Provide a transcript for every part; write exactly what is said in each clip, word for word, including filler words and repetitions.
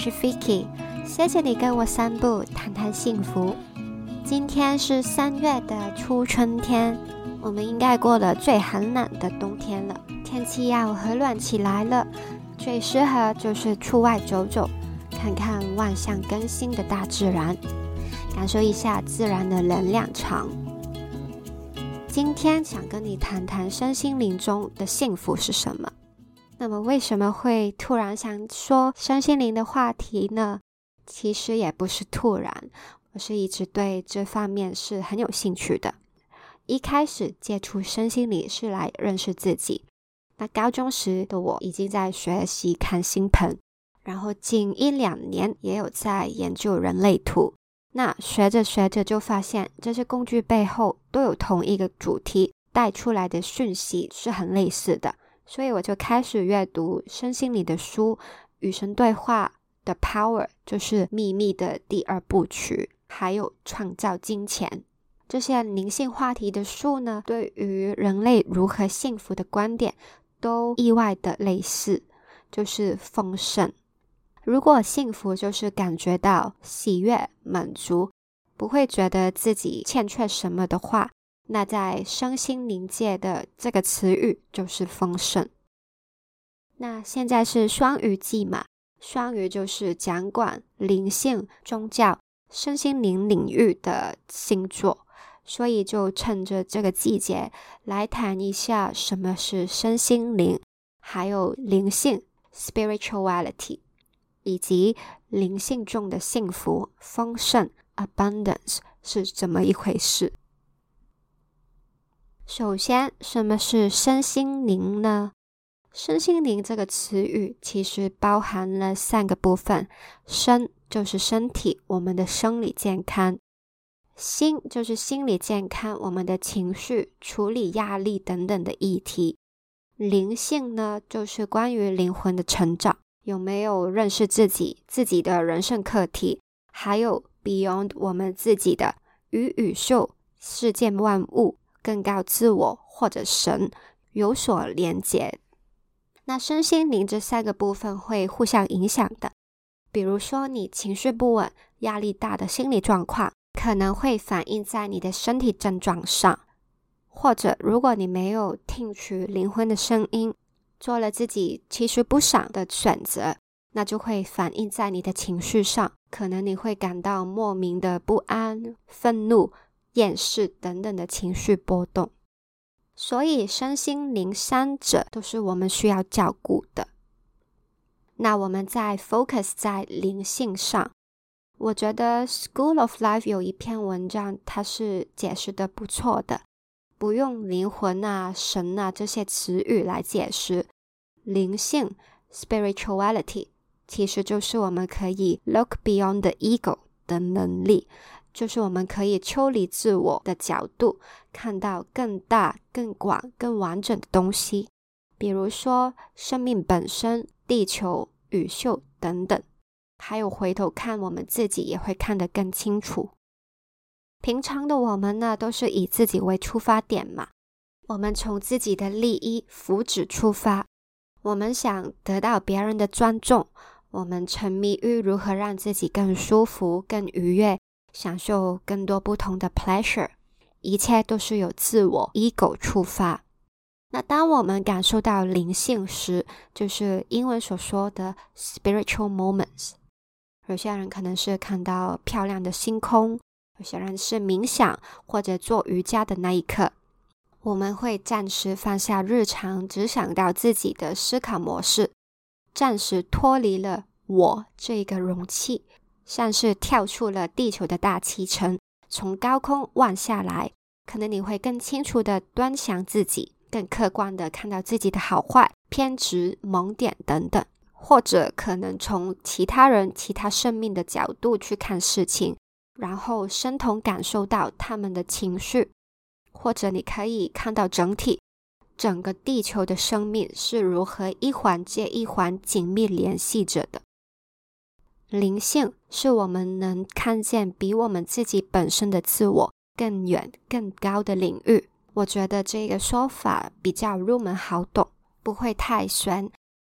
是 Vicky， 谢谢你跟我散步谈谈幸福。今天是三月的初春天，我们应该过了最寒冷的冬天了，天气要和暖起来了，最适合就是出外走走，看看万象更新的大自然，感受一下自然的能量场。今天想跟你谈谈身心灵中的幸福是什么。那么为什么会突然想说身心灵的话题呢？其实也不是突然，我是一直对这方面是很有兴趣的。一开始接触身心灵是来认识自己，那高中时的我已经在学习看星盆，然后近一两年也有在研究人类图。那学着学着就发现这些工具背后都有同一个主题，带出来的讯息是很类似的，所以我就开始阅读身心灵的书，与神对话的 Power 就是秘密的第二部曲，还有创造金钱。这些灵性话题的书呢，对于人类如何幸福的观点都意外的类似，就是丰盛。如果幸福就是感觉到喜悦、满足，不会觉得自己欠缺什么的话，那在身心灵界的这个词语就是丰盛。那现在是双鱼季嘛，双鱼就是掌管灵性、宗教、身心灵领域的星座，所以就趁着这个季节来谈一下什么是身心灵，还有灵性 spirituality， 以及灵性中的幸福丰盛 abundance 是怎么一回事。首先，什么是身心灵呢？身心灵这个词语其实包含了三个部分，身就是身体，我们的生理健康；心就是心理健康，我们的情绪、处理压力等等的议题；灵性呢，就是关于灵魂的成长，有没有认识自己、自己的人生课题，还有 beyond 我们自己的与宇宙、世界万物、更高自我或者神有所连结。那身心灵这三个部分会互相影响的，比如说你情绪不稳、压力大的心理状况，可能会反映在你的身体症状上，或者如果你没有听取灵魂的声音，做了自己其实不想的选择，那就会反映在你的情绪上，可能你会感到莫名的不安、愤怒、厌世等等的情绪波动。所以身心灵三者都是我们需要照顾的。那我们再 focus 在灵性上，我觉得 School of Life 有一篇文章它是解释的不错的，不用灵魂啊、神啊这些词语来解释，灵性 spirituality 其实就是我们可以 look beyond the ego 的能力，就是我们可以抽离自我的角度，看到更大、更广、更完整的东西，比如说生命本身、地球、宇宙等等，还有回头看我们自己也会看得更清楚。平常的我们呢，都是以自己为出发点嘛，我们从自己的利益、福祉出发，我们想得到别人的尊重，我们沉迷于如何让自己更舒服、更愉悦，享受更多不同的 pleasure， 一切都是由自我 ego 出发。那当我们感受到灵性时，就是英文所说的 spiritual moments， 有些人可能是看到漂亮的星空，有些人是冥想或者做瑜伽的那一刻，我们会暂时放下日常只想到自己的思考模式，暂时脱离了我这个容器，像是跳出了地球的大气层，从高空望下来，可能你会更清楚地端详自己，更客观地看到自己的好坏、偏执、盲点等等，或者可能从其他人、其他生命的角度去看事情，然后身同感受到他们的情绪，或者你可以看到整体，整个地球的生命是如何一环接一环紧密联系着的。灵性是我们能看见比我们自己本身的自我更远更高的领域，我觉得这个说法比较入门好懂，不会太玄，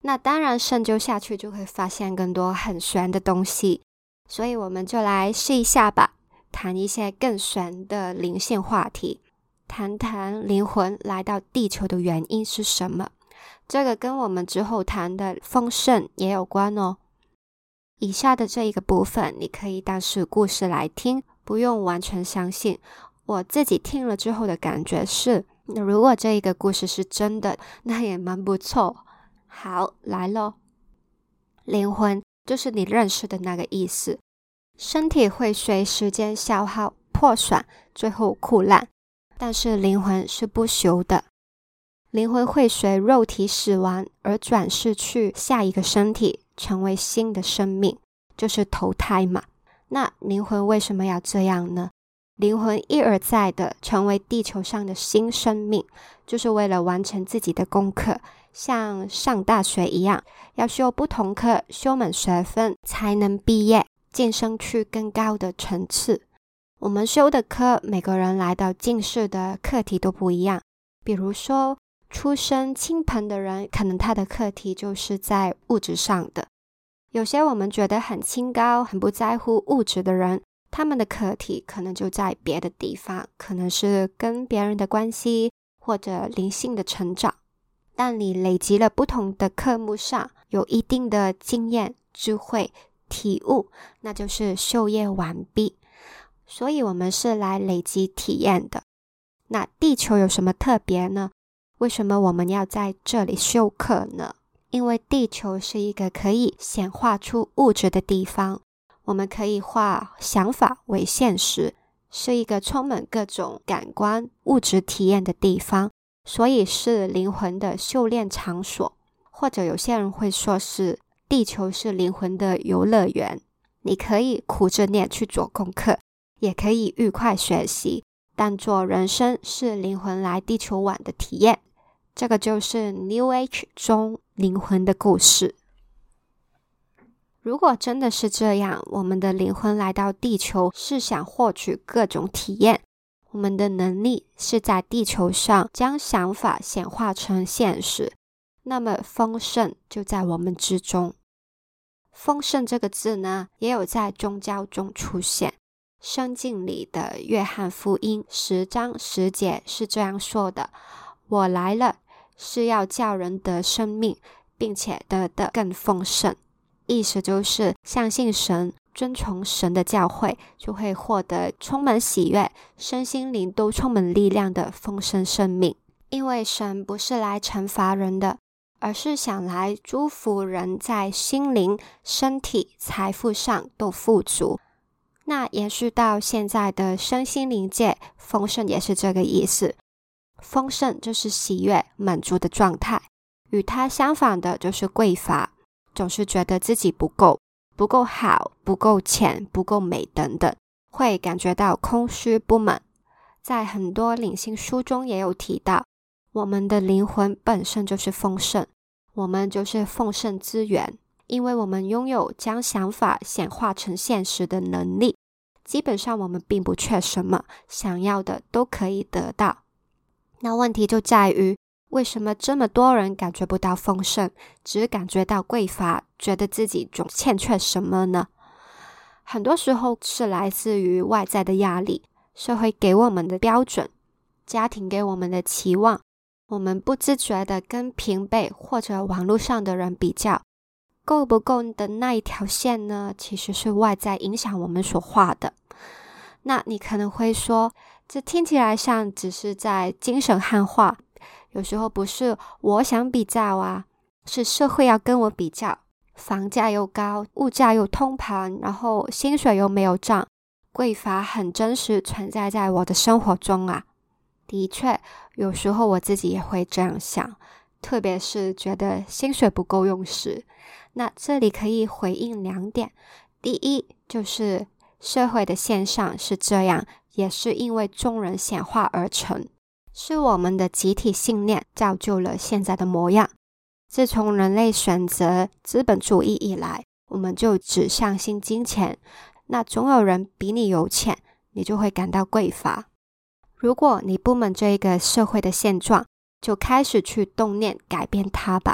那当然深究下去就会发现更多很玄的东西，所以我们就来试一下吧，谈一些更玄的灵性话题，谈谈灵魂来到地球的原因是什么。这个跟我们之后谈的丰盛也有关哦。以下的这一个部分你可以当是故事来听，不用完全相信。我自己听了之后的感觉是，如果这一个故事是真的，那也蛮不错。好，来咯。灵魂就是你认识的那个意思。身体会随时间消耗、破损，最后枯烂，但是灵魂是不朽的。灵魂会随肉体死亡而转世去下一个身体，成为新的生命，就是投胎嘛。那灵魂为什么要这样呢？灵魂一而再的成为地球上的新生命，就是为了完成自己的功课，像上大学一样，要修不同课，修满学分才能毕业，晋升去更高的层次。我们修的课，每个人来到进士的课题都不一样。比如说出身倾盆的人，可能他的课题就是在物质上的。有些我们觉得很清高、很不在乎物质的人，他们的课题可能就在别的地方，可能是跟别人的关系，或者灵性的成长。但你累积了不同的科目上，有一定的经验、智慧、体悟，那就是修业完毕。所以我们是来累积体验的。那地球有什么特别呢？为什么我们要在这里修课呢？因为地球是一个可以显化出物质的地方，我们可以化想法为现实，是一个充满各种感官物质体验的地方，所以是灵魂的修炼场所。或者有些人会说是地球是灵魂的游乐园，你可以苦着念去做功课，也可以愉快学习，当做人生是灵魂来地球玩的体验。这个就是 New Age 中灵魂的故事。如果真的是这样，我们的灵魂来到地球是想获取各种体验，我们的能力是在地球上将想法显化成现实，那么丰盛就在我们之中。丰盛这个字呢，也有在宗教中出现。圣经里的约翰福音十章十节是这样说的：我来了，是要叫人得生命，并且得的更丰盛。意思就是相信神，遵从神的教诲，就会获得充满喜悦，身心灵都充满力量的丰盛生命。因为神不是来惩罚人的，而是想来祝福人在心灵、身体、财富上都富足。那延续到现在的身心灵界，丰盛也是这个意思。丰盛就是喜悦、满足的状态，与它相反的就是匮乏，总是觉得自己不够，不够好，不够钱，不够美等等，会感觉到空虚不满。在很多灵性书中也有提到，我们的灵魂本身就是丰盛，我们就是丰盛之源，因为我们拥有将想法显化成现实的能力。基本上我们并不缺什么，想要的都可以得到。那问题就在于，为什么这么多人感觉不到丰盛，只感觉到匮乏，觉得自己总欠缺什么呢？很多时候是来自于外在的压力，社会给我们的标准，家庭给我们的期望，我们不自觉的跟平辈或者网络上的人比较，够不够的那一条线呢，其实是外在影响我们所画的。那你可能会说，这听起来像只是在精神汉化，有时候不是我想比较啊，是社会要跟我比较，房价又高，物价又通膨，然后薪水又没有涨，匮乏很真实存在在我的生活中啊。的确，有时候我自己也会这样想，特别是觉得薪水不够用时。那这里可以回应两点，第一就是社会的现象是这样，也是因为众人显化而成，是我们的集体信念造就了现在的模样。自从人类选择资本主义以来，我们就只相信金钱，那总有人比你有钱，你就会感到匮乏。如果你不满这个社会的现状，就开始去动念改变它吧。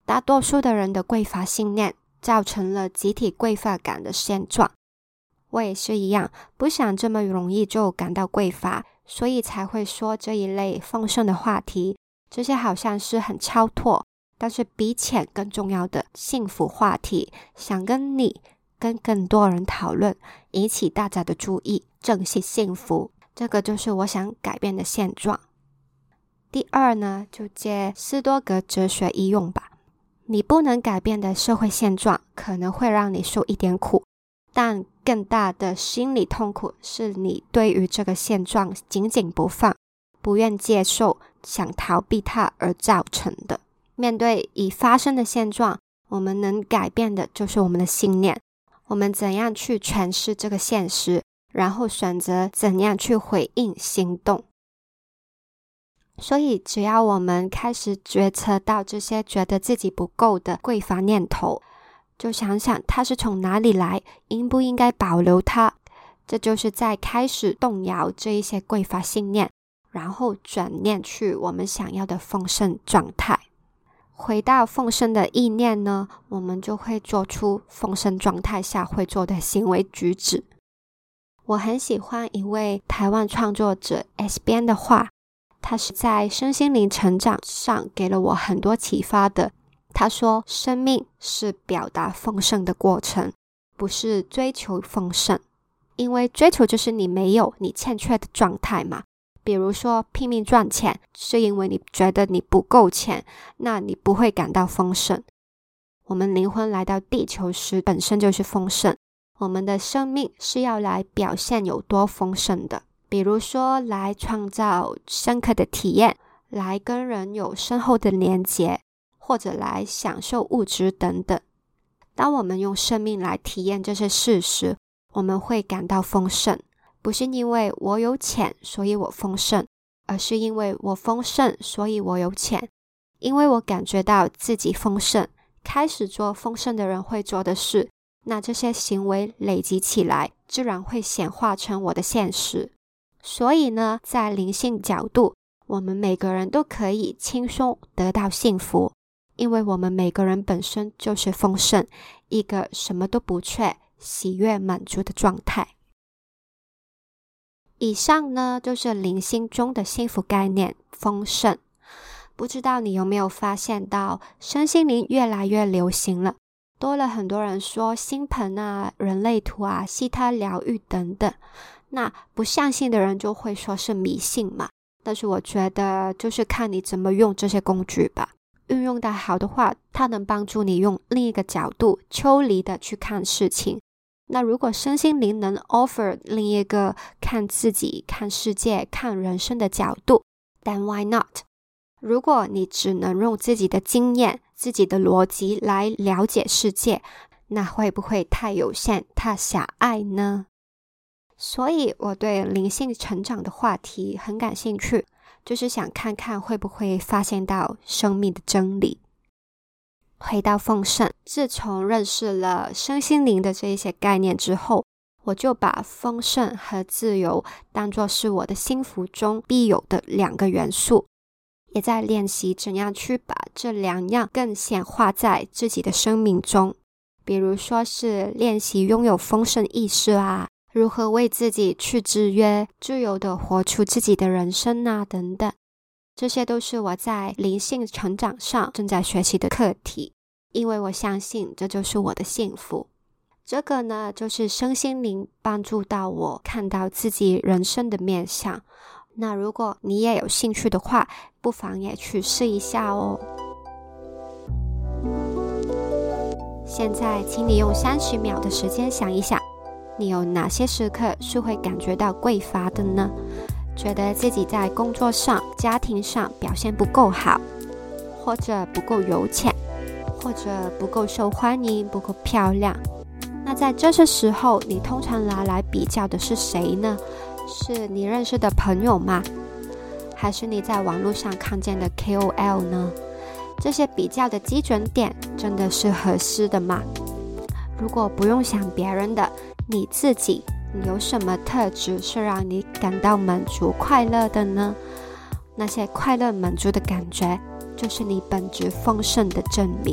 大多数的人的匮乏信念造成了集体匮乏感的现状。我也是一样，不想这么容易就感到匮乏，所以才会说这一类丰盛的话题，这些好像是很超脱，但是比钱更重要的幸福话题，想跟你跟更多人讨论，引起大家的注意，珍惜幸福，这个就是我想改变的现状。第二呢，就借斯多葛哲学一用吧。你不能改变的社会现状可能会让你受一点苦，但更大的心理痛苦是你对于这个现状紧紧不放，不愿接受，想逃避它而造成的。面对已发生的现状，我们能改变的就是我们的信念，我们怎样去诠释这个现实，然后选择怎样去回应行动。所以只要我们开始觉察到这些觉得自己不够的匮乏念头，就想想它是从哪里来，应不应该保留它，这就是在开始动摇这一些匮乏信念，然后转念去我们想要的丰盛状态。回到丰盛的意念呢，我们就会做出丰盛状态下会做的行为举止。我很喜欢一位台湾创作者 S 边的话，他是在身心灵成长上给了我很多启发的。他说，生命是表达丰盛的过程，不是追求丰盛。因为追求就是你没有你欠缺的状态嘛。比如说拼命赚钱，是因为你觉得你不够钱，那你不会感到丰盛。我们灵魂来到地球时本身就是丰盛，我们的生命是要来表现有多丰盛的。比如说来创造深刻的体验，来跟人有深厚的连结，或者来享受物质等等。当我们用生命来体验这些事时，我们会感到丰盛，不是因为我有钱所以我丰盛，而是因为我丰盛所以我有钱。因为我感觉到自己丰盛，开始做丰盛的人会做的事，那这些行为累积起来，自然会显化成我的现实。所以呢，在灵性角度，我们每个人都可以轻松得到幸福，因为我们每个人本身就是丰盛，一个什么都不缺，喜悦满足的状态。以上呢，就是灵性中的幸福概念，丰盛。不知道你有没有发现到，身心灵越来越流行了，多了很多人说星盆啊、人类图啊、西塔疗愈等等。那不相信的人就会说是迷信嘛，但是我觉得就是看你怎么用这些工具吧。运用得好的话，它能帮助你用另一个角度抽离的去看事情。那如果身心灵能 offer 另一个看自己、看世界、看人生的角度， then why not？ 如果你只能用自己的经验、自己的逻辑来了解世界，那会不会太有限、太狭隘呢？所以我对灵性成长的话题很感兴趣，就是想看看会不会发现到生命的真理。回到丰盛，自从认识了身心灵的这一些概念之后，我就把丰盛和自由当作是我的幸福中必有的两个元素，也在练习怎样去把这两样更显化在自己的生命中。比如说是练习拥有丰盛意识啊，如何为自己去制约，自由的活出自己的人生啊，等等。这些都是我在灵性成长上正在学习的课题，因为我相信这就是我的幸福。这个呢，就是身心灵帮助到我看到自己人生的面向。那如果你也有兴趣的话，不妨也去试一下哦。现在请你用三十秒的时间想一想，你有哪些时刻是会感觉到匮乏的呢？觉得自己在工作上、家庭上表现不够好，或者不够有钱，或者不够受欢迎，不够漂亮。那在这些时候，你通常拿来比较的是谁呢？是你认识的朋友吗？还是你在网络上看见的 K O L 呢？这些比较的基准点真的是合适的吗？如果不用想别人的，你自己你有什么特质是让你感到满足快乐的呢？那些快乐满足的感觉就是你本质丰盛的证明。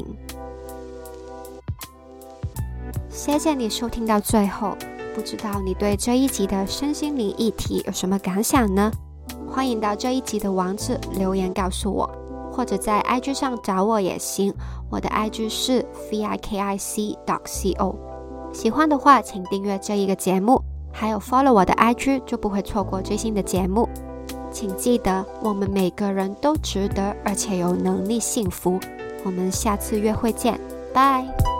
谢谢你收听到最后，不知道你对这一集的身心灵议题有什么感想呢？欢迎到这一集的网址留言告诉我，或者在 I G 上找我也行，我的 I G 是 vikic dot co。 喜欢的话请订阅这一个节目，还有 follow 我的 I G 就不会错过最新的节目。请记得我们每个人都值得而且有能力幸福。我们下次约会见，拜。